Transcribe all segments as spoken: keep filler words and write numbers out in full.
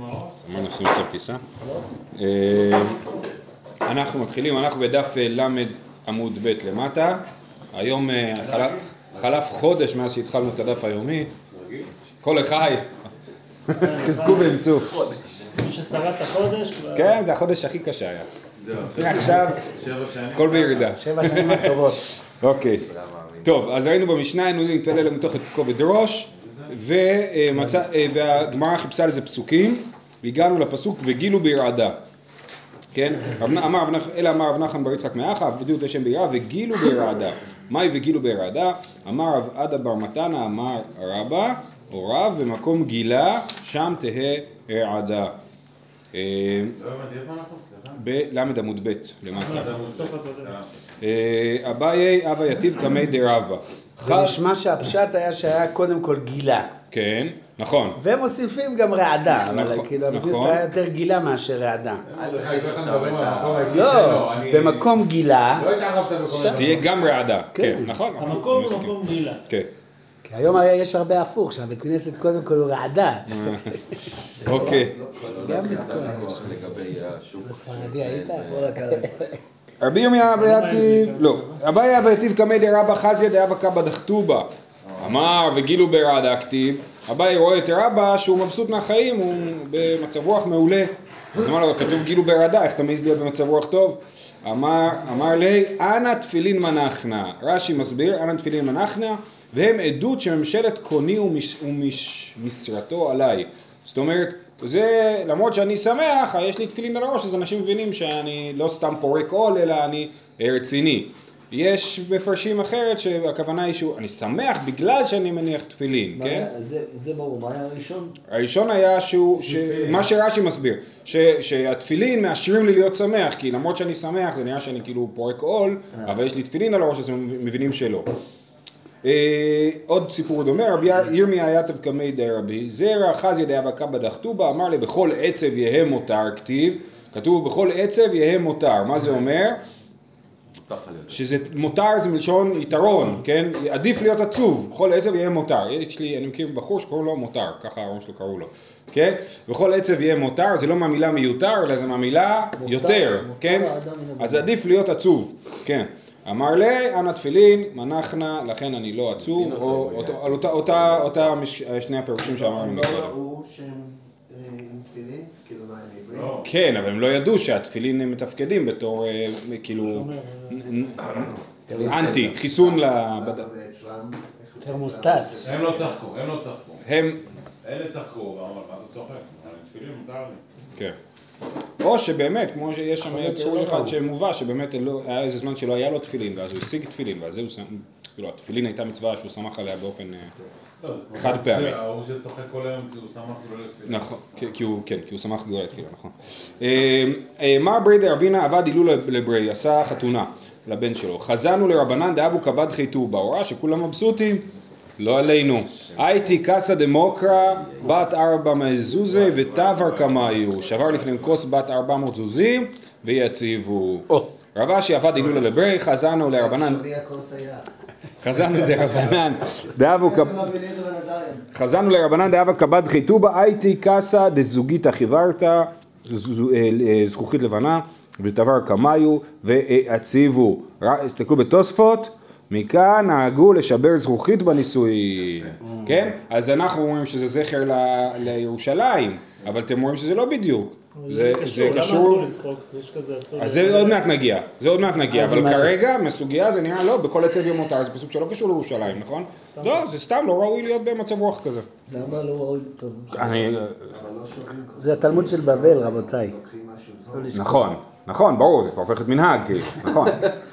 אמרנו שעושים צו טיסה. אנחנו מתחילים, אנחנו בדף למד עמוד ב' למטה. היום חלף חודש מאז שהתחלנו את הדף היומי. כל החי. חזקו ואמצו. מי ששרד את החודש? כן, זה החודש הכי קשה היה. עכשיו, כל בירידה. שבע שנים הטובות. אוקיי. טוב, אז ראינו במשנה, היינו להתפלל מתוך את כובד ראש, והגמרא חיפשה לזה פסוקים, והגענו לפסוק וגילו בירעדה. כן? אלא אמר רב נחמן בר יצחק מאחה, עבדו את השם בירעה וגילו בירעדה. מהי וגילו בירעדה? אמר רב עדה בר מתנה, אמר רבא, או רב, במקום גילה, שם תהא רעדה. לא הבנתי, איפה אנחנו? בלמד עמוד ב' למטה. אביי אבא יתיב קמי דרבא. זה נשמע שהפשט היה שהיה קודם כל גילה. כן, נכון. ומוסיפים גם רעדה, אבל כאילו המקוס היה יותר גילה מאשר רעדה. לא, במקום גילה. לא התערבת במקום גילה. שתהיה גם רעדה, כן, נכון. המקום הוא מקום גילה. כן. כי היום יש הרבה הפוך, שהבית כנסת קודם כל הוא רעדה. אוקיי. גם בתקופה. בספרדי היית? רבי ירמיה אבא יתיב, לא, אביי אבא יתיב קמי דרבא חזיה דאבא קבא דכתובה. אמר וגילו ברעדה כתיב, אביי רואה את רבא שהוא מבסוט מהחיים, הוא במצב רוח מעולה. אז אמר לו, כתוב גילו ברעדה, איך אתה מעז להיות במצב רוח טוב? אמר, אמר לי, אנא תפילין מנחנה. רש"י מסביר, אנא תפילין מנחנה, והם עדות שממשלת קוני ומשרתו עליי. זאת אומרת, זה, למרות שאני שמח, יש לי תפילין על הראש, אז אנשים מבינים שאני לא סתם פורק עול, אלא אני רציני. יש מפרשים אחרת שהכוונה היא שאני שמח בגלל שאני מניח תפילין, כן? זה ברור, מה היה הראשון? הראשון היה שהוא, מה שרש"י מסביר, שהתפילין מאשרים לי להיות שמח, כי למרות שאני שמח, זה נראה שאני כאילו פורק עול, אבל יש לי תפילין על הראש, אז הם מבינים שלא. עוד סיפור דומה, רבי ירמיה יתיב קמי דרבי, זרע חזיה דאבא קבא דכתובה, אמר לי בכל עצב יהא מותר כתיב, כתוב בכל עצב יהא מותר, מה זה אומר? שזה מותר זה מלשון יתרון, כן? עדיף להיות עצוב, בכל עצב יהיה מותר. יש לי, אני מכיר בחור שקוראים לו מותר, ככה ההורים שלו קראו לו, כן? בכל עצב יהיה מותר, זה לא מהמילה מיותר, אלא זה מהמילה יותר, כן? אז עדיף להיות עצוב, כן. אמר לי, אנא תפילין, מנחנה, לכן אני לא עצוב, או אותה שני הפירושים שאמרנו. לא ראו שהם עם תפילין? כאילו מה הם עברים? כן, אבל הם לא ידעו שהתפילין הם מתפקדים בתור, כאילו, אנטי, חיסון לבד... תרמוסטט. הם לא צחקו, הם לא צחקו. הם... אלה צחקו, ואמר, מה אתה צוחק? תפילין מותר לי. כן. או שבאמת, כמו שיש שם פירוש אחד שמובא, שבאמת היה איזה זמן שלא היה לו תפילין, ואז הוא השיג תפילין, ואז זהו, כאילו, התפילין הייתה מצווה שהוא שמח עליה באופן חד פעמי. הוא שצוחק כל היום כי הוא שמח גדולה לתפילה. נכון, כן, כי הוא שמח גדולה לתפילה, נכון. מר ברי דרבינה עבד הילול לברי, עשה חתונה לבן שלו. חזנו לרבנן דאבו קבד חיתו, בהוראה שכולם מבסוטים, לא עלינו. הייתי קסה דמוקרה, בת ארבע מזוזה ותבר כמאיו. שבר לפניהם כוס בת ארבע מאות זוזים ויציבו. רבה שעבד הילול לברי, חזנו לרבנן. חזנו לרבנן דאבו קבד חזנו לרבנן דאבו קבד חיתובה, הייתי קסה דזוגית החיברתה, זכוכית לבנה ותבר כמאיו והציבו. תסתכלו בתוספות. מכאן נהגו לשבר זכוכית בנישואין, כן? אז אנחנו אומרים שזה זכר לירושלים, אבל אתם אומרים שזה לא בדיוק. זה קשור, למה אסור לצחוק? יש כזה אסור. אז זה עוד מעט נגיע, זה עוד מעט נגיע, אבל כרגע, מסוגיה זה נראה לא, בכל עצב יום מותר, זה פסוק שלא קשור לירושלים, נכון? לא, זה סתם לא ראוי להיות במצב רוח כזה. למה לא ראוי טוב? זה התלמוד של בבל, רבותיי. נכון, נכון, ברור, זה כבר הופך את מנהג, נכון.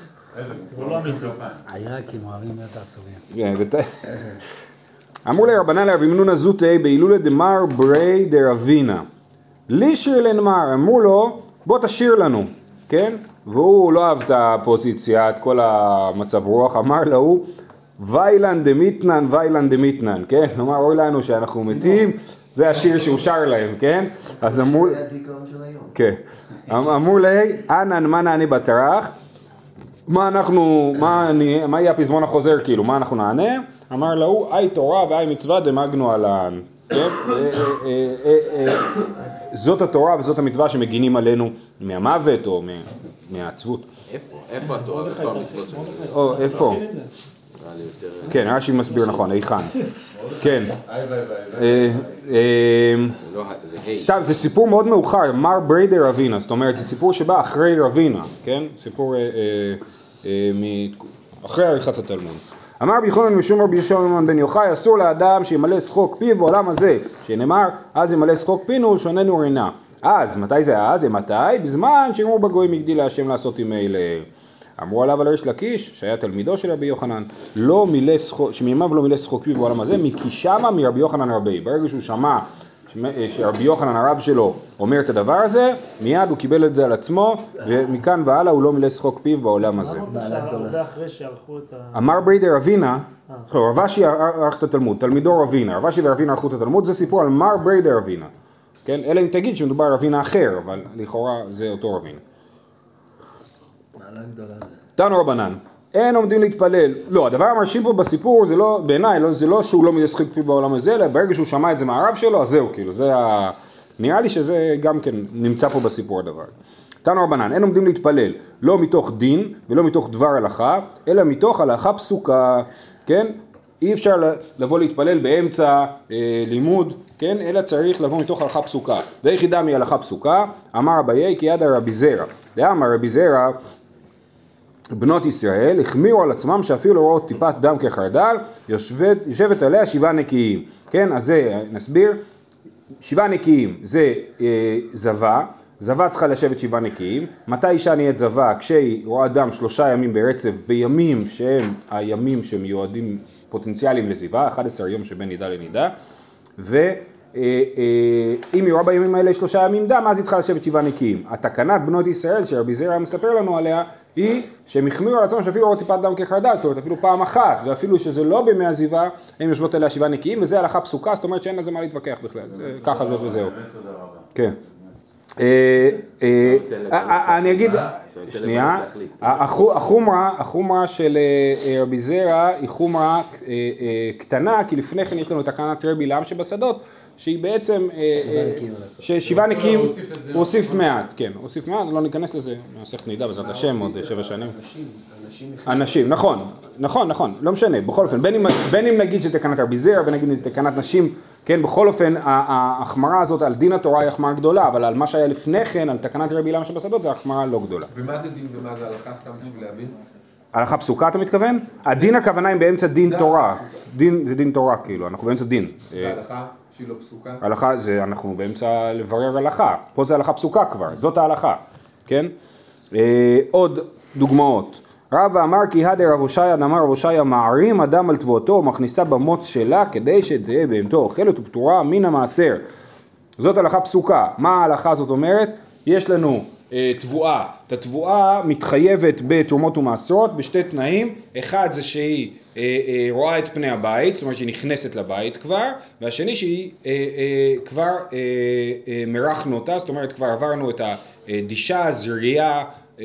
העיראקים אוהבים להיות עצובים. אמרו לרבנן לרבי מנונה זוטי בהילולה דמר ברי דרבינה. לי שיר לנמר, אמרו לו בוא תשיר לנו, כן? והוא לא אהב את הפוזיציה, את כל המצב רוח, אמר לו ויילן דמיתנן, ויילן דמיתנן, כן? כלומר, אוי לנו שאנחנו מתים, זה השיר שהוא שר להם, כן? אז אמרו... זה הדיכאון של היום. כן. אמרו לי, אנן מה נענה בתרח? מה אנחנו, מה אני, מה יהיה הפזמון החוזר כאילו, מה אנחנו נענה? אמר לו, אי תורה ואי מצווה דמגנו עלן. זאת התורה וזאת המצווה שמגינים עלינו מהמוות או מהעצבות. איפה? איפה התורה? איפה המצוות שלנו? או, איפה? כן, רש"י מסביר נכון, היכן. כן. סתם, זה סיפור מאוד מאוחר, מר בריידר רבינה, זאת אומרת, זה סיפור שבא אחרי רבינה, כן? סיפור אחרי עריכת התלמוד. אמר רבי יוחנן משום רבי שמעון בן יוחאי, אסור לאדם שימלא שחוק פיו בעולם הזה, שנאמר, אז ימלא שחוק פינו ולשוננו רינה. אז, מתי זה אז? מתי? בזמן שאמרו בגויים הגדיל להשם לעשות עם אלה. אמרו עליו על ריש לקיש, שהיה תלמידו של רבי יוחנן, לא מילא שחוק, שמימיו לא מילא שחוק פיו בעולם הזה, מכי שמה מרבי יוחנן רבי. ברגע שהוא שמע שרבי יוחנן הרב שלו אומר את הדבר הזה, מיד הוא קיבל את זה על עצמו, ומכאן והלאה הוא לא מילא שחוק פיו בעולם הזה. זה אחרי שערכו את ה... אמר בריידר רבינה, רבשי ערך את התלמוד, תלמידו רבינה, רבשי ורבינה ערכו את התלמוד, זה סיפור על מר בריידר רבינה. כן? אלא אם תגיד שמדובר על רבינה אחר, אבל לכאורה זה אותו רבינה. מעלה גדולה זה. תנו רבנן, אין עומדים להתפלל. לא, הדבר המרשים פה בסיפור זה לא, בעיניי, לא, זה לא שהוא לא משחק פיו בעולם הזה, אלא ברגע שהוא שמע את זה מהרב שלו, אז זהו, כאילו, זה ה... נראה לי שזה גם כן נמצא פה בסיפור הדבר. תנו רבנן, אין עומדים להתפלל, לא מתוך דין ולא מתוך דבר הלכה, אלא מתוך הלכה פסוקה, כן? אי אפשר לבוא להתפלל באמצע אה, לימוד, כן? אלא צריך לבוא מתוך הלכה פסוקה. ויחידה מהלכה פסוקה, אמר אביי כי ידע רבי זרע. דאמר רבי זרע, בנות ישראל החמירו על עצמם שאפילו לראות טיפת דם כחרדל, יושבת, יושבת עליה שבעה נקיים. כן, אז זה נסביר. שבעה נקיים זה אה, זווה, זווה צריכה לשבת שבעה נקיים. מתי אישה נהיית זווה? כשהיא רואה דם שלושה ימים ברצף, בימים שהם הימים שמיועדים פוטנציאליים לזיווה, אחד עשר יום שבין נידה לנידה, ואם היא רואה בימים האלה שלושה ימים דם, אז היא צריכה לשבת שבעה נקיים. התקנת בנות ישראל שרבי זרע מספר לנו עליה, היא שהם החמירו על עצמם שאפילו רואה טיפת דם כחרדל, זאת אומרת אפילו פעם אחת, ואפילו שזה לא בימי הזיווה, הם יושבות עליה שבעה נקיים, וזה הלכה פסוקה, זאת אומרת שאין על זה מה להתווכח בכלל, ככה זה וזהו. כן. אני אגיד, שנייה, החומרה של רבי זרע היא חומרה קטנה, כי לפני כן יש לנו תקנת רבי לעם שבשדות, שהיא בעצם, ששבעה נקיים, הוא הוסיף מעט, כן, הוא הוסיף מעט, לא ניכנס לזה, נעשה נידה בעזרת השם עוד שבע שנים. אנשים, נכון, נכון, נכון, לא משנה, בכל אופן, בין אם נגיד שתקנת רבי זרע, ונגיד תקנת נשים, כן, בכל אופן, ההחמרה הזאת על דין התורה היא החמרה גדולה, אבל על מה שהיה לפני כן, על תקנת רבי לעם שבשדות, זה החמרה לא גדולה. ומה זה דין ומה זה הלכה, סתם בשביל להבין? הלכה פסוקה אתה מתכוון? הדין הכוונה היא באמצע דין תורה, דין זה דין תורה כאילו, אנחנו באמצע דין. זה הלכה שהיא לא פסוקה? הלכה זה, אנחנו באמצע לברר הלכה, פה זה הלכה פסוקה כבר, זאת ההלכה, כן? עוד דוגמאות. רבא אמר כי הדר רב הושעיה נאמר רב הושעיה מערים אדם על תבואתו ומכניסה במוץ שלה כדי שתהיה בהמתו אוכלת ופטורה מן המעשר. זאת הלכה פסוקה. מה ההלכה הזאת אומרת? יש לנו אה, תבואה. את התבואה מתחייבת בתרומות ומעשרות בשתי תנאים. אחד זה שהיא אה, אה, רואה את פני הבית, זאת אומרת שהיא נכנסת לבית כבר, והשני שהיא אה, אה, כבר אה, אה, מרחנו אותה, זאת אומרת כבר עברנו את הדישה, הזריעה, אה, אה,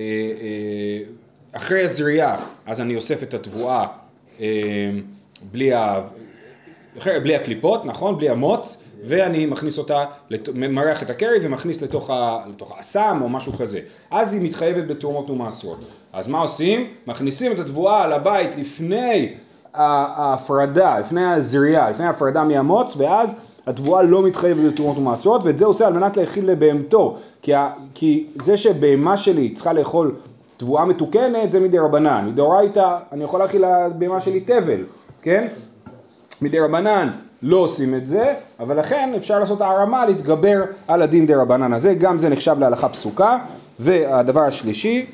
אחרי הזריעה, אז אני אוסף את התבואה אה, בלי, ה... בלי הקליפות, נכון? בלי המוץ, ואני מכניס אותה, מרח את הקרי ומכניס לתוך, ה... לתוך האסם או משהו כזה. אז היא מתחייבת בתרומות ומעשרות. אז מה עושים? מכניסים את התבואה על הבית לפני ההפרדה, לפני הזריעה, לפני ההפרדה מהמוץ, ואז התבואה לא מתחייבת בתרומות ומעשרות, ואת זה עושה על מנת להכיל לבהמתו. כי, ה... כי זה שבהמה שלי צריכה לאכול תבואה מתוקנת זה מדי רבנן, מדאורייתא אני יכול להכיל לבהמה שלי תבל, כן? מדי רבנן לא עושים את זה, אבל לכן אפשר לעשות הערמה להתגבר על הדין די רבנן הזה, גם זה נחשב להלכה פסוקה. והדבר השלישי,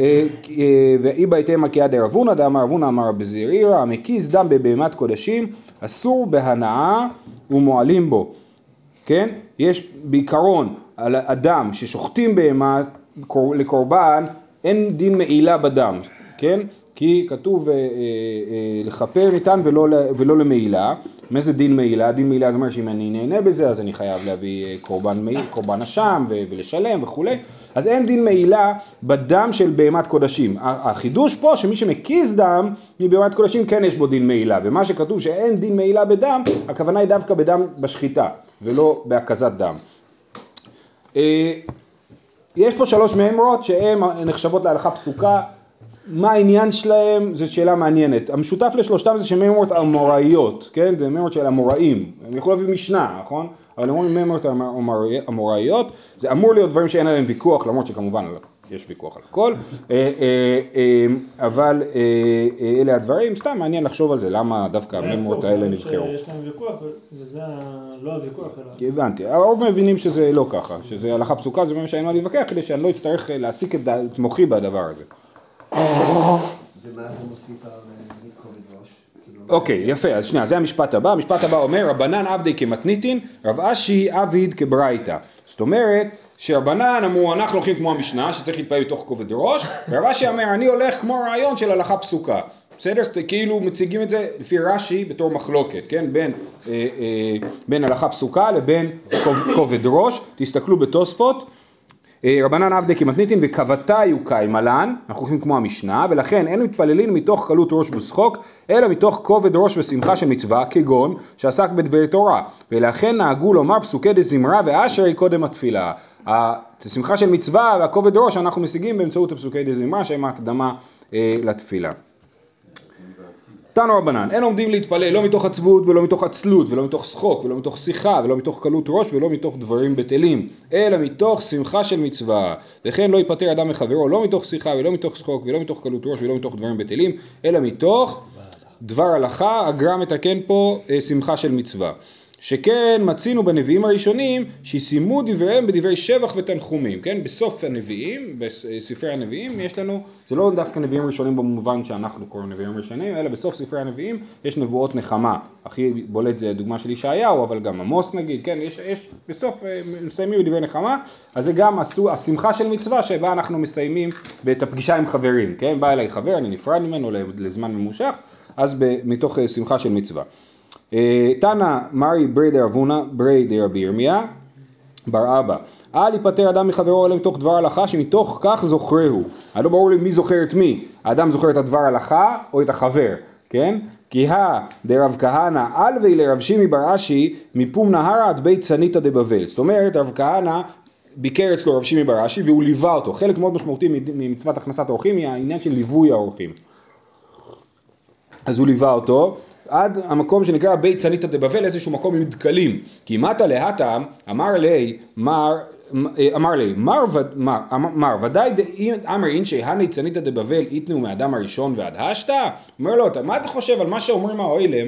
ואי בהתאמה כי עד רבונה, דאמר רבונה אמר בזעירא, המקיז דם בבהמת קודשים, אסור בהנאה ומועלים בו, כן? יש בעיקרון על אדם ששוחטים בהמה לקורבן, אין דין מעילה בדם, כן? כי כתוב אה, אה, אה, לכפר ניתן ולא, ולא למעילה. מה זה דין מעילה? דין מעילה זאת אומרת שאם אני נהנה בזה אז אני חייב להביא קורבן, קורבן אשם ו- ולשלם וכו'. אז אין דין מעילה בדם של בהמת קודשים. החידוש פה שמי שמקיז דם מבהמת קודשים כן יש בו דין מעילה. ומה שכתוב שאין דין מעילה בדם, הכוונה היא דווקא בדם בשחיטה ולא בהקזת דם. יש פה שלוש מאמרות שהן נחשבות להלכה פסוקה, מה העניין שלהם? זו שאלה מעניינת. המשותף לשלושתם זה שמאמרות אמוראיות, כן? זה מאמרות של אמוראים, הם יכולים להביא משנה, נכון? אבל אומרים מאמרות אמוראיות, זה אמור להיות דברים שאין עליהם ויכוח, למרות שכמובן יש ויכוח על הכל, אבל אלה הדברים, סתם מעניין לחשוב על זה, למה דווקא המאמרות האלה נבחרו. יש להם ויכוח, וזה לא הוויכוח אלא. הבנתי, הרוב מבינים שזה לא ככה, שזה הלכה פסוקה, זה מה שאין מה להתווכח, כדי שאני לא אצטרך להסיק את מוחי בדבר הזה. ומה זה מוסיף על כובד ראש? אוקיי, יפה, אז שנייה, זה המשפט הבא. המשפט הבא אומר, רבנן עבדי כמתניתין, רב אשי עביד כברייתא. זאת אומרת, שרבנן אמרו, אנחנו הולכים כמו המשנה, שצריך להתפעל בתוך כובד ראש, ורב אשי אומר, אני הולך כמו הרעיון של הלכה פסוקה. בסדר? כאילו מציגים את זה לפי רש"י בתור מחלוקת, כן? בין, אה, אה, בין הלכה פסוקה לבין כובד ראש. תסתכלו בתוספות. רבנן עבדי כמתניתין וכבתי הוא קיימלן, אנחנו הולכים כמו המשנה, ולכן אין מתפללים מתוך קלות ראש ושחוק, אלא מתוך כובד ראש ושמחה של מצווה, כגון שעסק בדברי תורה, ולכן נהגו לומר פסוקי דזמרה ואשר היא קודם התפילה. השמחה של מצווה והכובד ראש אנחנו משיגים באמצעות הפסוקי דזמרה, שהם ההקדמה אה, לתפילה. תנו רבנן, אין עומדים להתפלל לא מתוך עצבות ולא מתוך עצלות ולא מתוך שחוק ולא מתוך שיחה ולא מתוך קלות ראש ולא מתוך דברים בטלים, אלא מתוך שמחה של מצווה. וכן לא ייפטר אדם מחברו לא מתוך שיחה ולא מתוך שחוק ולא מתוך קלות ראש ולא מתוך דברים בטלים, אלא מתוך דבר הלכה. הגר"א מתקן פה אה, שמחה של מצווה. שכן מצינו בנביאים הראשונים שסיימו דבריהם בדברי שבח ותנחומים, כן? בסוף הנביאים, בספרי הנביאים יש לנו, זה לא דווקא נביאים ראשונים במובן שאנחנו קוראים נביאים ראשונים, אלא בסוף ספרי הנביאים יש נבואות נחמה. הכי בולט זה דוגמה של ישעיהו, אבל גם עמוס נגיד, כן? יש, יש בסוף מסיימים בדברי נחמה, אז זה גם עשו, השמחה של מצווה שבה אנחנו מסיימים את הפגישה עם חברים, כן? בא אליי חבר, אני נפרד ממנו לזמן ממושך, אז מתוך שמחה של מצווה. תנא מרי ברי דרבונה ברי דרבי ירמיה בר אבא, אל יפטר אדם מחברו אלא מתוך דבר הלכה שמתוך כך זוכרהו. לא ברור לי מי זוכר את מי, האדם זוכר את הדבר הלכה או את החבר, כן? כי הא דרב כהנא אלוהי לרב שימי בר אשי מפום נהרא עד בית צניתא דבבל. זאת אומרת רב כהנא ביקר אצלו רב שימי בר אשי והוא ליווה אותו. חלק מאוד משמעותי ממצוות הכנסת האורחים היא העניין של ליווי האורחים, אז הוא ליווה אותו עד המקום שנקרא בית צניתא דבבל, איזשהו מקום עם דקלים. כי מטה להטם אמר לי מר אמר לי מר מר מר ודאי אמר אינשי הני צניתא דבבל איתנו מאדם הראשון ועד השתא. אומר לו, מה אתה חושב על מה שאומרים האוילם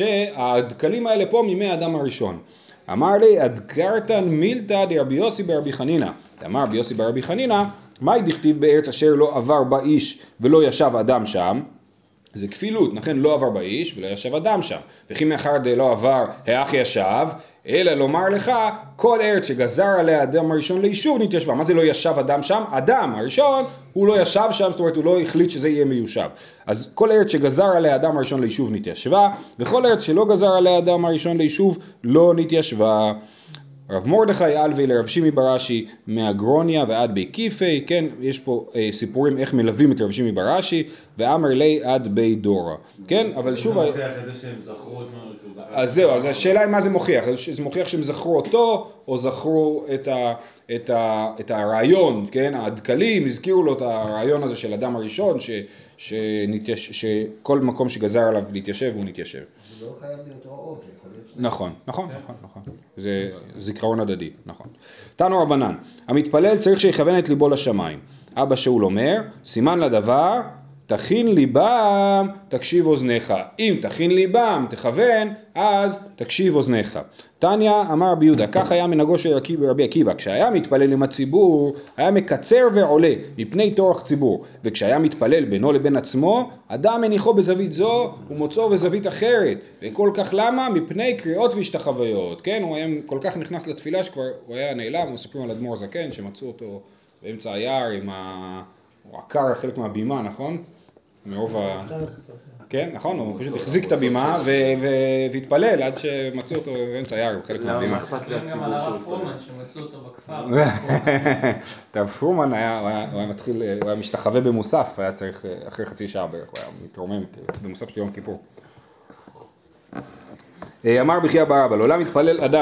שהדקלים האלה פה מימי אדם הראשון? אמר לי אדגרתן מילתא דרבי יוסי ברבי חנינא. אמר רבי יוסי ברבי חנינא, מה דכתיב בארץ אשר לא עבר בה איש ולא ישב אדם שם? זה כפילות, לכן לא עבר באיש ולא ישב אדם שם. וכי מאחר דלא עבר האח ישב, אלא לומר לך, כל ארץ שגזר עליה אדם הראשון ליישוב נתיישבה. מה זה לא ישב אדם שם? אדם הראשון הוא לא ישב שם, זאת אומרת הוא לא החליט שזה יהיה מיושב. אז כל ארץ שגזר עליה אדם הראשון ליישוב נתיישבה, וכל ארץ שלא גזר עליה אדם הראשון ליישוב לא נתיישבה. רב מרדכי אלוהי לרב שימי בר אשי מהגרוניה ועד בי קיפי, כן, יש פה אה, סיפורים איך מלווים את רב שימי בר אשי, ואמר לי עד בי דורה, כן, אבל שוב... זה מוכיח את זה שהם זכרו את מה שהוא זכר. אז זהו, אז השאלה היא מה זה מוכיח, זה מוכיח שהם זכרו אותו, או זכרו את, ה, את, ה, את הרעיון, כן, הדקלים, הזכירו לו את הרעיון הזה של אדם הראשון, ש, שנתייש, שכל מקום שגזר עליו להתיישב הוא נתיישב. זה לא חייב להיות רעוב, זה יכול להיות... נכון, נכון, נכון, נכון. זה זיכרון הדדי, נכון. תנו רבנן, המתפלל צריך שיכוון את ליבו לשמיים. אבא שאול אומר, סימן לדבר, תכין ליבם, תקשיב אוזניך. אם תכין ליבם, תכוון, אז תקשיב אוזניך. תניא אמר רבי יהודה, כך היה מנהגו של רבי עקיבא, כשהיה מתפלל עם הציבור, היה מקצר ועולה מפני טורח ציבור, וכשהיה מתפלל בינו לבין עצמו, אדם מניחו בזווית זו ומוצאו בזווית אחרת, וכל כך למה? מפני קריאות והשתחוויות, כן? הוא היה כל כך נכנס לתפילה שכבר הוא היה נעלם, מספרים על אדמו"ר זקן שמצאו אותו באמצע היער עם ה... הוא עקר חלק מהבימה, נכון? מרוב ה... כן, נכון, הוא פשוט החזיק את הבימה והתפלל עד שמצאו אותו באמצע היער בחלק מהבימה. למה אכפת לי הציבור גם על הרב שהוא פרומן שמצאו אותו בכפר. הרב פרומן היה מתחיל, הוא היה משתחווה במוסף, היה צריך אחרי חצי שעה בערך, הוא היה מתרומם במוסף של יום כיפור. אמר בחייא בר אבא, לעולם מתפלל אדם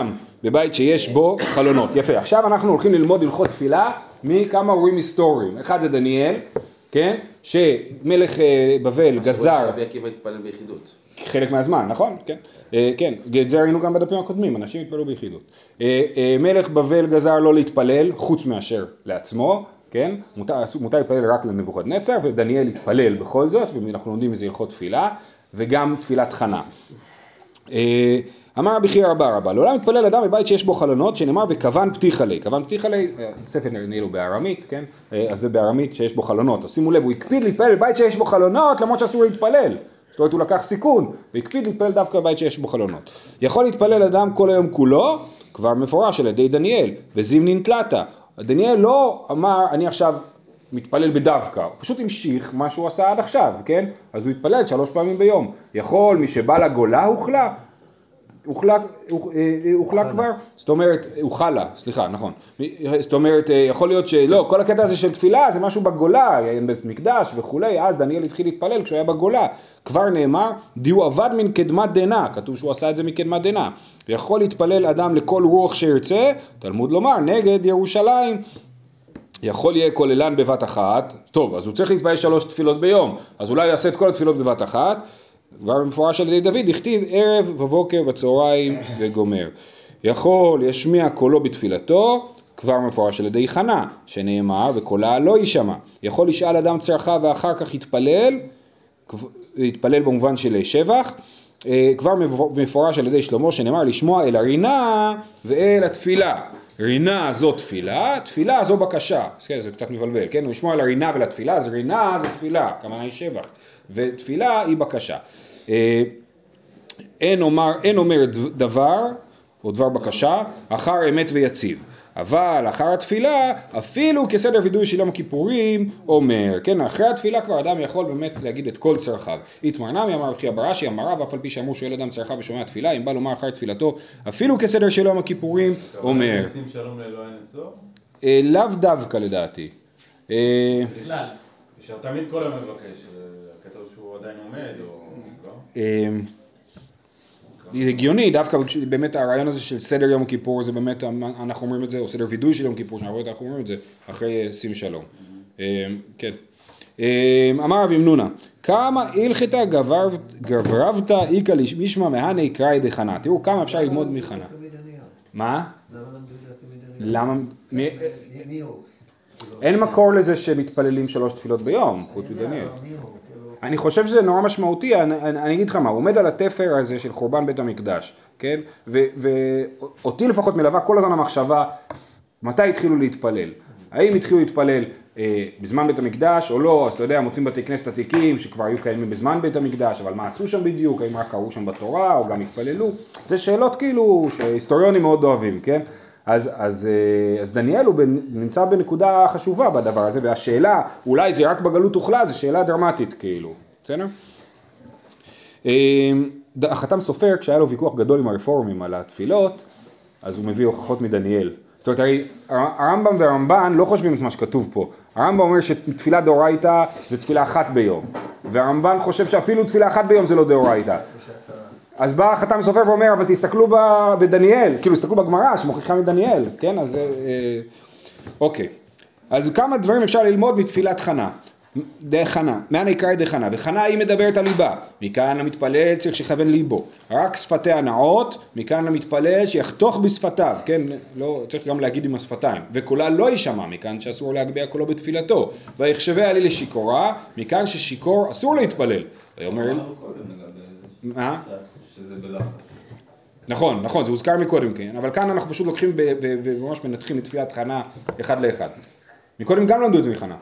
בבית שיש בו חלונות. יפה, עכשיו אנחנו הולכים ללמוד הלכות תפילה מכמה אירועים היסטוריים. אחד זה דניאל, כן? שמלך בבל גזר... רבי עקיבא התפלל ביחידות. חלק מהזמן, נכון? כן. כן, את זה ראינו גם בדפים הקודמים, אנשים התפללו ביחידות. מלך בבל גזר לא להתפלל, חוץ מאשר לעצמו, כן? מותר, מותר להתפלל רק לנבוכדנצר, ודניאל התפלל בכל זאת, ואנחנו לומדים איזה הלכות תפילה, וגם תפילת חנה. אמר רבי חייא בר אבא, לעולם מתפלל אדם בבית שיש בו חלונות, שנאמר וכוון פתיחה לי. כוון פתיחה לי, ספר נהילו בארמית, כן? אז זה בארמית שיש בו חלונות. אז שימו לב, הוא הקפיד להתפלל בבית שיש בו חלונות, למרות שאסור להתפלל. זאת אומרת, הוא לקח סיכון, והקפיד להתפלל דווקא בבית שיש בו חלונות. יכול להתפלל אדם כל היום כולו, כבר מפורש על ידי דניאל, וזימנין תלתה. דניאל לא אמר, אני עכשיו מתפלל בדווקא, הוא פשוט המשיך מה שהוא עשה עד עכשיו, כן? אז הוא התפלל שלוש פעמים ביום. יכול, מי שבא לגולה הוכלה, הוכלה, הוכלה כבר, זאת אומרת, הוכלה, סליחה, נכון. זאת אומרת, יכול להיות שלא, כל הקטע הזה של תפילה זה משהו בגולה, בית מקדש וכולי, אז דניאל התחיל להתפלל כשהוא היה בגולה. כבר נאמר, דיו עבד מן קדמת דנה, כתוב שהוא עשה את זה מקדמת דנה. יכול להתפלל אדם לכל רוח שירצה, תלמוד לומר, נגד ירושלים. יכול יהיה כוללן בבת אחת, טוב, אז הוא צריך להתפלל שלוש תפילות ביום, אז אולי יעשה את כל התפילות בבת אחת, כבר מפורש על ידי דוד, הכתיב ערב ובוקר וצהריים וגומר. יכול ישמיע קולו בתפילתו, כבר מפורש על ידי חנה, שנאמר וקולה לא יישמע. יכול לשאל אדם צרכה ואחר כך יתפלל, יתפלל במובן של שבח, כבר מפורש על ידי שלמה שנאמר לשמוע אל הרינה ואל התפילה. רינה זו תפילה, תפילה זו בקשה, זה קצת מבלבל, כן? לשמוע אל הרינה ולתפילה, אז רינה זה תפילה, כמה היא שבח. ותפילה היא בקשה. אין אומר, אין אומר דבר, או דבר בקשה, אחר אמת ויציב. אבל אחר התפילה, אפילו כסדר וידוי של יום הכיפורים, אומר, כן, אחרי התפילה כבר אדם יכול באמת להגיד את כל צרכיו. התמרנמי אמר רבי חייא בר אשי, אמרה, ואף על פי שאמרו שואל אדם צרכיו ושומע תפילה, אם בא לומר אחר תפילתו, אפילו כסדר של יום הכיפורים, אומר. שים שלום לאלוהי נצור? לאו דווקא לדעתי. בכלל. שתמיד כל היום מבקש, כתוב שהוא עדיין עומד, או לא? זה הגיוני, דווקא באמת הרעיון הזה של סדר יום כיפור, זה באמת, אנחנו אומרים את זה, או סדר וידוי של יום כיפור, אנחנו אומרים את זה אחרי שים שלום. כן. אמר רבי מנונה, כמה הלכתה גברבת איקה משמע מהני קראי דחנה. תראו כמה אפשר ללמוד מחנה. מה? למה? מי הוא? אין מקור לזה שמתפללים שלוש תפילות ביום, חוץ מדניאל. אני חושב שזה נורא משמעותי, אני, אני, אני אגיד לך מה, הוא עומד על התפר הזה של חורבן בית המקדש, כן? ואותי לפחות מלווה כל הזמן המחשבה, מתי התחילו להתפלל? האם התחילו להתפלל אה, בזמן בית המקדש או לא? אז אתה יודע, מוצאים בתי כנסת עתיקים שכבר היו קיימים בזמן בית המקדש, אבל מה עשו שם בדיוק? האם רק קראו שם בתורה או גם התפללו? זה שאלות כאילו שהיסטוריונים מאוד אוהבים, כן? אז, אז, אז דניאל הוא נמצא בנקודה חשובה בדבר הזה, והשאלה, אולי זה רק בגלות אוכלה, זו שאלה דרמטית כאילו, בסדר? החתם סופר, כשהיה לו ויכוח גדול עם הרפורמים על התפילות, אז הוא מביא הוכחות מדניאל. זאת אומרת, הרי הרמב"ם והרמב"ן לא חושבים את מה שכתוב פה. הרמב"ם אומר שתפילה דאורייתא זה תפילה אחת ביום, והרמב"ן חושב שאפילו תפילה אחת ביום זה לא דאורייתא. אז בא חתם סופר ואומר, אבל תסתכלו בדניאל, כאילו תסתכלו בגמרא שמוכיחה מדניאל, כן? אז אוקיי. אז כמה דברים אפשר ללמוד מתפילת חנה. חנה, מעני קראי דחנה, וחנה היא מדברת על ליבה, מכאן למתפלל צריך שיכוון ליבו, רק שפתיה נאות, מכאן למתפלל שיחתוך בשפתיו, כן, לא, צריך גם להגיד עם השפתיים, וקולה לא יישמע, מכאן שאסור להגביה קולו בתפילתו, ויחשביה לי לשיקורה, מכאן ששיקור אסור להתפלל, ויאמר, מה? שזה בלחץ. נכון, נכון, זה הוזכר מקודם, כן, אבל כאן אנחנו פשוט לוקחים וממש מנתחים את תפילת חנה אחד לאחד, מקודם גם למדו את זה מחנה.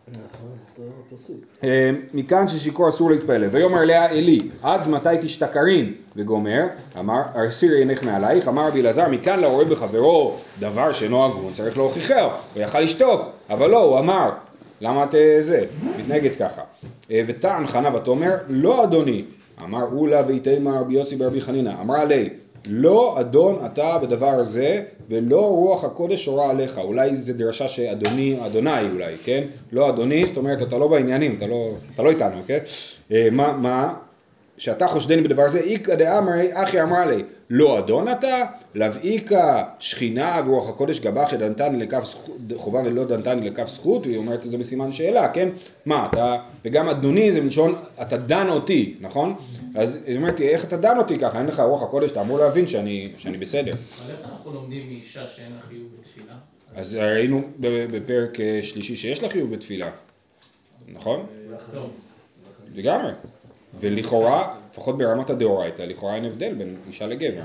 מכאן ששיקור אסור להתפלל, ויאמר אליה אלי, עד מתי תשתכרין? וגומר, אמר, הסירי עינך מעלייך, אמר רבי אלעזר, מכאן להורה בחברו דבר שאינו הגון, צריך להוכיחהו, הוא יכל לשתוק, אבל לא, הוא אמר, למה את זה? מתנגד ככה. וטען חנה ותאמר, לא אדוני, אמר אולה ויתימה רבי יוסי ברבי חנינא, אמרה לי, לא אדון אתה בדבר הזה, ולא רוח הקודש הורה עליך. אולי זה דרשה שאדוני, אדוני אולי, כן? לא אדוני, זאת אומרת, אתה לא בעניינים, אתה לא, אתה לא איתנו, כן? מה, מה? שאתה חושדני בדבר זה, איכא דאמרי אחי אמרה לי, לא אדון אתה, לאו איכא שכינה ורוח הקודש גבך שדנתני לכף חובה ולא דנתני לכף זכות, היא אומרת את זה בסימן שאלה, כן? מה, אתה, וגם אדוני זה מלשון, אתה דן אותי, נכון? אז היא אומרת, איך אתה דן אותי ככה, אין לך רוח הקודש, אתה אמור להבין שאני, שאני בסדר. אבל איך אנחנו לומדים מאישה שאין לה חיוב בתפילה? אז ראינו בפרק שלישי שיש לה חיוב בתפילה, נכון? טוב. לגמרי. ולכאורה, לפחות ברמת הדאורייתא, לכאורה אין הבדל בין אישה לגבר.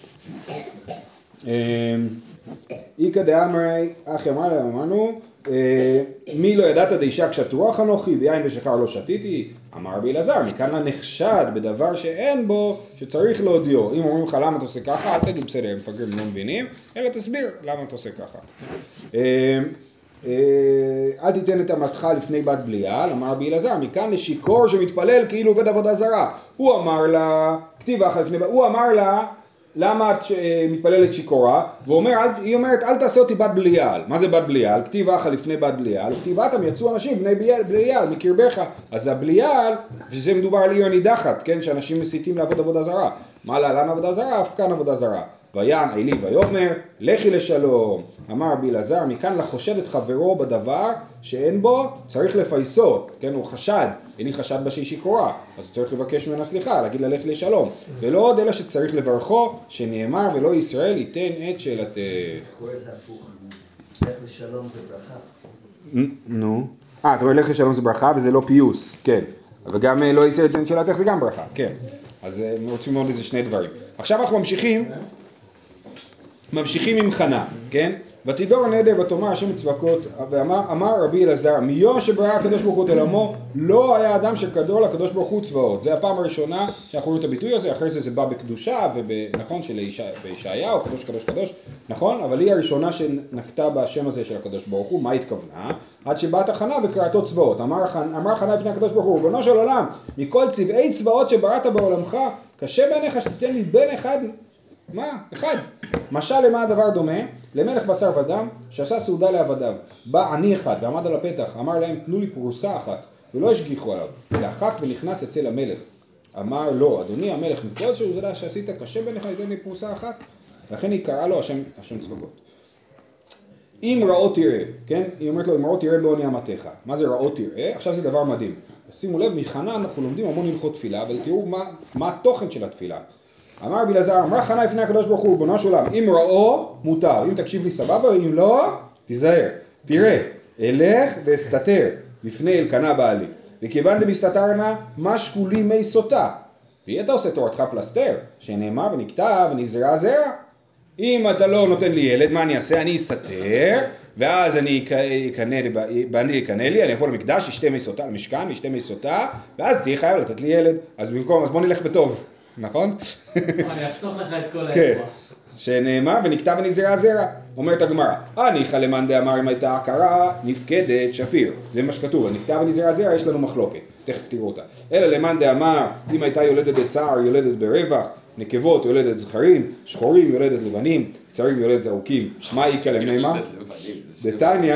איכא דאמרי, אחי אמר להם, אמרנו, מי לא ידעת דאישה קשת רוח אנוכי, ויין ושחר לא שתיתי, אמר רבי אלעזר, מכאן הנחשד בדבר שאין בו, שצריך להודיעו. אם אומרים לך למה אתה עושה ככה, אל תגיד בסדר, הם מפגרים לא מבינים, אלא תסביר למה אתה עושה ככה. אל תיתן את אמתך לפני בת בליעל, אמר רבי אלעזר, מכאן לשיכור שמתפלל כאילו עובד עבודה זרה. הוא אמר לה, כתיב אחת לפני בת, הוא אמר לה, למה את מתפללת שיכורה? והיא אומרת, אל תעשה אותי בת בליעל. מה זה בת בליעל? כתיב אחת לפני בת בליעל, כתיב אתם יצאו אנשים בני בליעל מקרבך. אז הבליעל, וזה מדובר על עיר נידחת, כן? שאנשים מסיתים לעבוד עבודה זרה. מה להלן עבודה זרה? אף כאן עבודה זרה. ויען עלי ויאמר, לכי לשלום. אמר רבי אלעזר, מכאן לחושד את חברו בדבר שאין בו, צריך לפייסו, כן, הוא חשד, איני חשד בה שהיא שיכורה, אז הוא צריך לבקש ממנה סליחה, להגיד לה לכי לשלום. ולא עוד אלא שצריך לברכו, שנאמר ולא ישראל ייתן את שאלתך. קורא את זה הפוך, לך לשלום זה ברכה. נו, אה, אתה אומר לך לשלום זה ברכה וזה לא פיוס, כן. וגם לא ישראל ייתן את שאלתך זה גם ברכה, כן. אז רוצים לראות איזה שני דברים. עכשיו אנחנו ממשיכים. ממשיכים עם חנה, כן? ותדור נדר ותאמר השם צבקות, ואמר אמר רבי אלעזר, מיום שברא הקדוש ברוך הוא את עולמו, לא היה אדם שקדור לקדוש ברוך הוא צבאות. זה הפעם הראשונה שאנחנו רואים את הביטוי הזה, אחרי זה זה בא בקדושה, ונכון שבישעיהו, קדוש קדוש קדוש, נכון? אבל היא הראשונה שנקטה בשם הזה של הקדוש ברוך הוא, מה התכוונה? עד שבאת חנה וקראתו צבאות. אמר, אמר חנה לפני הקדוש ברוך הוא, ריבונו של עולם, מכל צבעי צבאות שבראת בעולמך, קשה בעיניך שתיתן לי בן אחד. מה? אחד. משל למה הדבר דומה? למלך בשר ודם שעשה סעודה לעבדיו. בא עני אחד ועמד על הפתח, אמר להם תנו לי פרוסה אחת, ולא השגיחו עליו. דחק ונכנס אצל המלך. אמר לו, אדוני המלך, מכל סעודה שעשית קשה בעיניך לתת לי פרוסה אחת? לכן היא קראה לו השם, השם צבאות. אם רעות תראה, כן? היא אומרת לו, אם רעות תראה בעוני אמתך. מה זה רעות תראה? עכשיו זה דבר מדהים. שימו לב, מחנה אנחנו לומדים המון הלכות תפילה, ותראו מה, מה התוכן של התפילה. אמר רבי אלעזר, אמרה חנה לפני הקדוש ברוך הוא, ריבונו של עולם, אם ראו, מותר, אם תקשיב לי סבבה, אם לא, תיזהר. תראה, אלך ואסתתר לפני אלקנה בעלי, וכיוון דמסתתרנה, מה שקולי מי סוטה, ואם אתה עושה תורתך פלסתר, שנאמר ונכתב ונזרע זרע, אם אתה לא נותן לי ילד, מה אני אעשה? אני אסתתר, ואז אני אקנה לי, אני אבוא למקדש, ישתה מי סוטה, למשכן, ישתה מי סוטה, ואז תהיה חייב לתת לי ילד, אז במקום, אז בוא נלך בטוב. נכון? אני אחסוך לך את כל כן, האירוע. שנאמר ונכתב ונזרע זרע. אומרת הגמרא, הניחא למאן דאמר אם הייתה עקרה נפקדת שפיר. זה מה שכתוב, ונכתב ונזרע זרע יש לנו מחלוקת, תכף תראו אותה. אלא למאן דאמר אם הייתה יולדת בצער יולדת ברווח, נקבות יולדת זכרים, שחורים יולדת לבנים, קצרים יולדת ארוכים. מה איכא למימר? דתניא,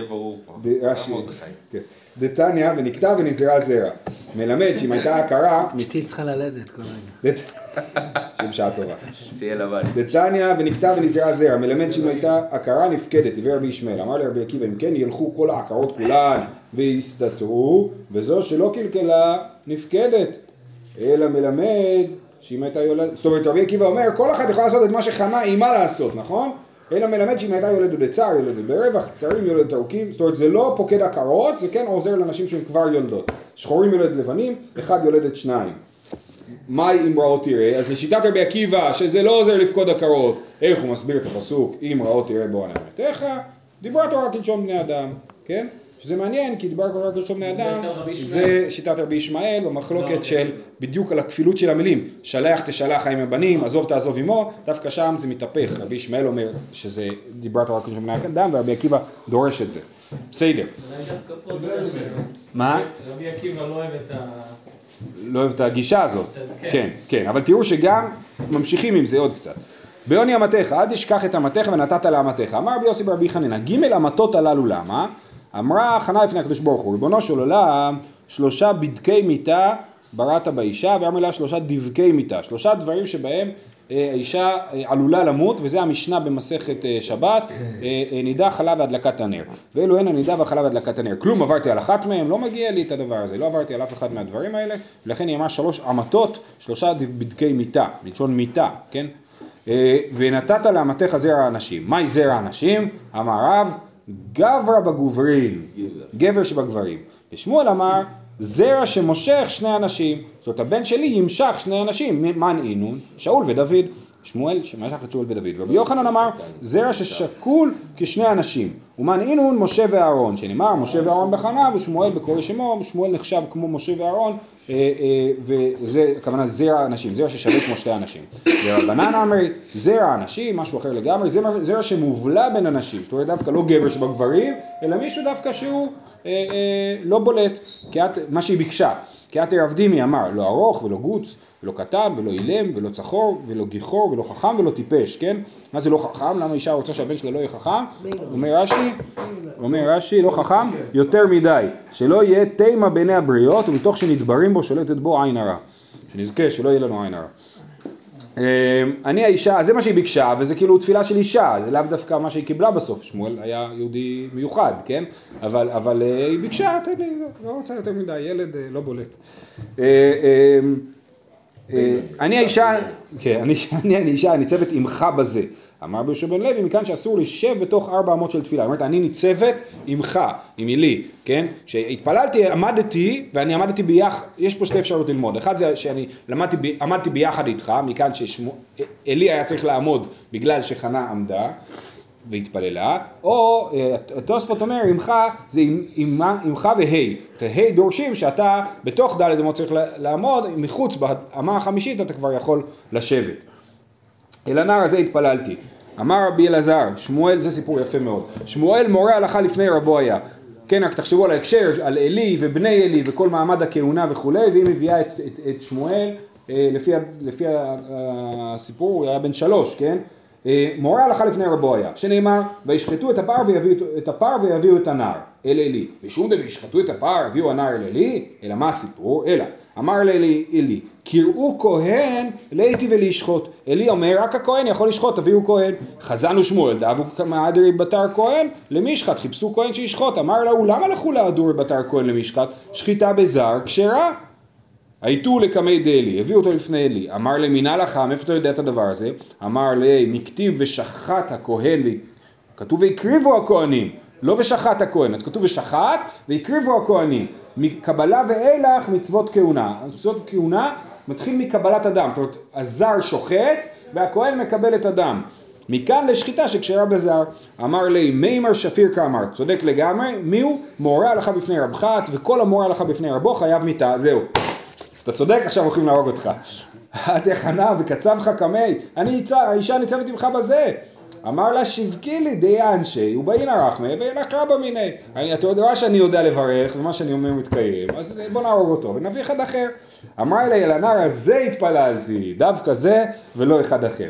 דתניא ונכתב ונזרע זרע. מלמד שאם הייתה הכרה... אשתי צריכה ללדת כל רגע. שבשעה טובה. שיהיה לבן. דתניא ונכתב ונזרע זרע. מלמד שאם הייתה הכרה נפקדת, דבר רבי ישמעאל. אמר לרבי עקיבא, אם כן ילכו כל העקרות כולן ויסתתרו, וזו שלא קלקלה נפקדת. אלא מלמד שאם הייתה יולדת... זאת אומרת, רבי עקיבא אומר, כל אחד יכול לעשות את מה שחנה אימה לעשות, נכון? אלא מלמד שאם הייתה יולדת בצער, יולדת ברווח, קצרים יולדת ארוכים, זאת אומרת זה לא פוקד עקרות, זה כן עוזר לאנשים שהם כבר יולדות. שחורים יולדת לבנים, אחד יולדת שניים. מה אם רעות תראה? אז לשיטת רבי עקיבא, שזה לא עוזר לפקוד עקרות, איך הוא מסביר את הפסוק, אם רעות תראה בעוני אמתך, דיברה תורה כלשון בני אדם, כן? שזה מעניין, כי דיבר תורה כלשון בני אדם, זה שיטת רבי ישמעאל, במחלוקת של בדיוק על הכפילות של המילים, שלח תשלח עם הבנים, עזוב תעזוב עמו, דווקא שם זה מתהפך, רבי ישמעאל אומר שזה דיברה תורה כלשון בני אדם, ורבי עקיבא דורש את זה. בסדר. מה? רבי עקיבא לא אוהב את ה... לא אוהב את הגישה הזאת, כן, כן, אבל תראו שגם ממשיכים עם זה עוד קצת. בעוני אמתך, אל תשכח את אמתך ונתת לאמתך. אמר רבי יוסי ברבי חנינא, ג' אמתות הללו למה? אמרה חנה לפני הקדוש ברוך הוא, ריבונו של עולם, שלושה בדקי מיתה בראת באישה, ואמר לה שלושה דבקי מיתה, שלושה דברים שבהם האישה עלולה למות, וזה המשנה במסכת שבת, נידה, חלה והדלקת הנר. ואלו הן הנידה והחלה והדלקת הנר. כלום עברתי על אחת מהם, לא מגיע לי את הדבר הזה, לא עברתי על אף אחד מהדברים האלה, ולכן היא אמרה שלוש עמתות, שלושה דבקי מיתה, מלשון מיתה, כן? ונתת לאמתך זרע האנשים. מהי זרע האנשים? אמר רב, גברא בגוברין, גבר שבגברים. ושמואל אמר, זרע שמושך שני אנשים, זאת אומרת הבן שלי ימשך שני אנשים, מן אינון, שאול ודוד, שמואל שמשך את שאול ודוד, ורבי יוחנן אמר, זרע ששקול כשני אנשים, ומן אינון משה ואהרון, שנאמר משה ואהרון בחנה, ושמואל בקורא שמו, שמואל נחשב כמו משה ואהרון, וזה הכוונה זרע אנשים, זרע ששווה כמו שתי אנשים. ורבנן אמר, זרע אנשים, משהו אחר לגמרי, זרע שמובלע בין אנשים, זאת אומרת דווקא לא גבר שבגברים, אלא מישהו דווקא שהוא אה, אה, לא בולט, את, מה שהיא ביקשה. כי את רב דימי אמר, לא ארוך ולא גוץ, ולא קטן ולא אילם ולא צחור ולא גיחור ולא חכם ולא טיפש, כן? מה זה לא חכם? למה אישה רוצה שהבן שלה לא יהיה חכם? אומר רש"י, אומר רש"י, לא חכם, יותר מדי, שלא יהיה תימה בעיני הבריות, ומתוך שנדברים בו שולטת בו עין הרע. שנזכה שלא יהיה לנו עין הרע. אני האישה, זה מה שהיא ביקשה, וזה כאילו תפילה של אישה, זה לאו דווקא מה שהיא קיבלה בסוף, שמואל היה יהודי מיוחד, כן? אבל, אבל היא ביקשה, לא רוצה יותר מדי, ילד לא בולט. אני האישה, כן, אני האישה ניצבת עמך בזה. אמר רבי יהושע בן לוי, מכאן שאסור לשב בתוך ארבע אמות של תפילה. אומרת, אני ניצבת עמך, עם אלי, כן? כשהתפללתי, עמדתי, ואני עמדתי ביחד, יש פה שתי אפשרות ללמוד. אחד זה שאני למדתי, עמדתי ביחד איתך, מכאן שאלי היה צריך לעמוד בגלל שחנה עמדה והתפללה, או תוספות אומר, עמך זה עמך והי. את ההי דורשים שאתה בתוך ד' אמות צריך לעמוד, מחוץ באמה החמישית אתה כבר יכול לשבת. אל הנער הזה התפללתי. אמר רבי אלעזר, שמואל, זה סיפור יפה מאוד. שמואל מורה הלכה לפני רבו היה. כן, רק תחשבו על ההקשר, על אלי ובני אלי וכל מעמד הכהונה וכולי, והיא מביאה את, את, את שמואל, אה, לפי, לפי הסיפור, הוא היה בן שלוש, כן? אה, מורה הלכה לפני רבו היה, שנאמר, וישחטו את הפר ויביאו את הפר ויביאו את הנער, אל אלי. ושום דבר, ישחטו את הפר, הביאו הנער אל אלי, אלא מה הסיפור? אלא, אמר לאלי, אלי, קראו כהן לאיתי ולשחוט. אלי אומר, רק הכהן יכול לשחוט, תביאו כהן. חזן ושמואל, דאבו מהדרי בתר כהן למשחט, חיפשו כהן שישחוט. אמר לו, למה לכו להדור בתר כהן למשחט? שחיטה בזר, כשרה. הייתו לקמי דלי, הביאו אותו לפני אלי. אמר למינה לך, מאיפה אתה יודע את הדבר הזה? אמר לי, מכתיב ושחט הכהן, כתוב והקריבו הכהנים, לא ושחט הכהן, אז כתוב ושחט והקריבו הכהנים. מקבלה ואילך מצוות כהונה. מצוות כהונה מתחיל מקבלת הדם, זאת אומרת, הזר שוחט והכהן מקבל את הדם. מכאן לשחיטה שקשרה בזר. אמר לי, מימר שפיר כאמר, צודק לגמרי, מיהו? מורה הלכה בפני רבך, וכל המורה הלכה בפני רבו חייב מיתה, זהו. אתה צודק, עכשיו הולכים להרוג אותך. את יחנה וקצבך קמי, אני האישה ניצבת ממך בזה. אמר לה, שבקי לי די אנשי, ובאין הרחמה, ואילך רבא מיני. אתה יודע שאני יודע לברך, ומה שאני אומר מתקיים, אז בוא נהרוג אותו, ונביא אחד אחר. אמר לי, אל הנער הזה התפללתי, דווקא זה, ולא אחד אחר.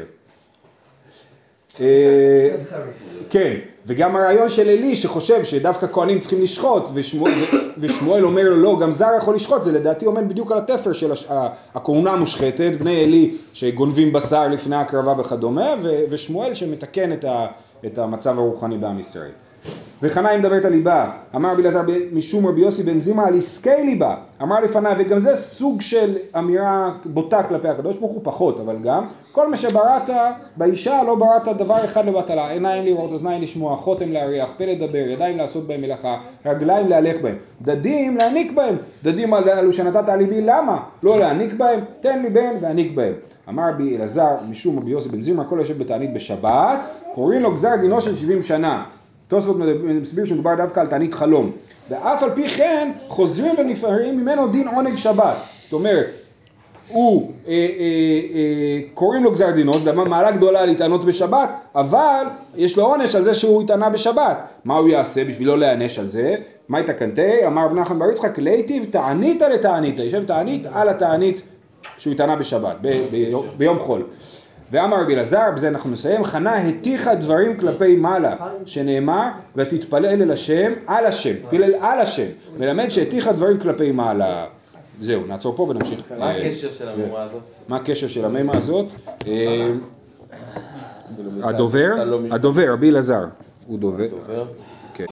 כן, וגם הרעיון של אלי שחושב שדווקא כהנים צריכים לשחוט, ושמואל אומר לו לא, גם זר יכול לשחוט, זה לדעתי עומד בדיוק על התפר של הכהונה המושחתת, בני אלי שגונבים בשר לפני הקרבה וכדומה, ושמואל שמתקן את המצב הרוחני בעם ישראל. וחנה היא מדברת על ליבה, אמר רבי אלעזר משום רבי יוסי בן זימא על עסקי ליבה, אמר לפניו, וגם זה סוג של אמירה בוטה כלפי הקדוש ברוך הוא פחות, אבל גם כל מה שבראת באישה לא בראת דבר אחד לבטלה, עיניים לראות, אוזניים לשמוע, חותם להריח, פה לדבר, ידיים לעשות בהם מלאכה, רגליים להלך בהם, דדים להעניק בהם, דדים עלו שנתת על ליבי, למה? לא להעניק בהם, תן לי בהם והעניק בהם. אמר רבי אלעזר משום רבי יוסי בן זימא, כל יושב בתענית בשבת, קוראים לו גזר דינו של שבעים שנה. תוספות מסביר שמדובר דווקא על תענית חלום. ואף על פי כן חוזרים ונפערים ממנו דין עונג שבת. זאת אומרת, הוא, אה, אה, אה, קוראים לו גזר דינו, זה מעלה גדולה להתענות בשבת, אבל יש לו עונש על זה שהוא התענה בשבת. מה הוא יעשה בשביל לא להענש על זה? מה התקנתי? אמר רב נחמן בר יצחק, להיטיב תענית לתענית, יושב תענית על התענית שהוא התענה בשבת, ב- ב- ביום חול. ואמר רבי אלעזר, בזה אנחנו נסיים, חנה הטיחה דברים כלפי מעלה, שנאמר, ותתפלל אל השם, על השם, פילל על השם, מלמד שהטיחה דברים כלפי מעלה. זהו, נעצור פה ונמשיך. מה הקשר של המימה הזאת? מה הקשר של המימה הזאת? הדובר, הדובר, רבי אלעזר, הוא דובר.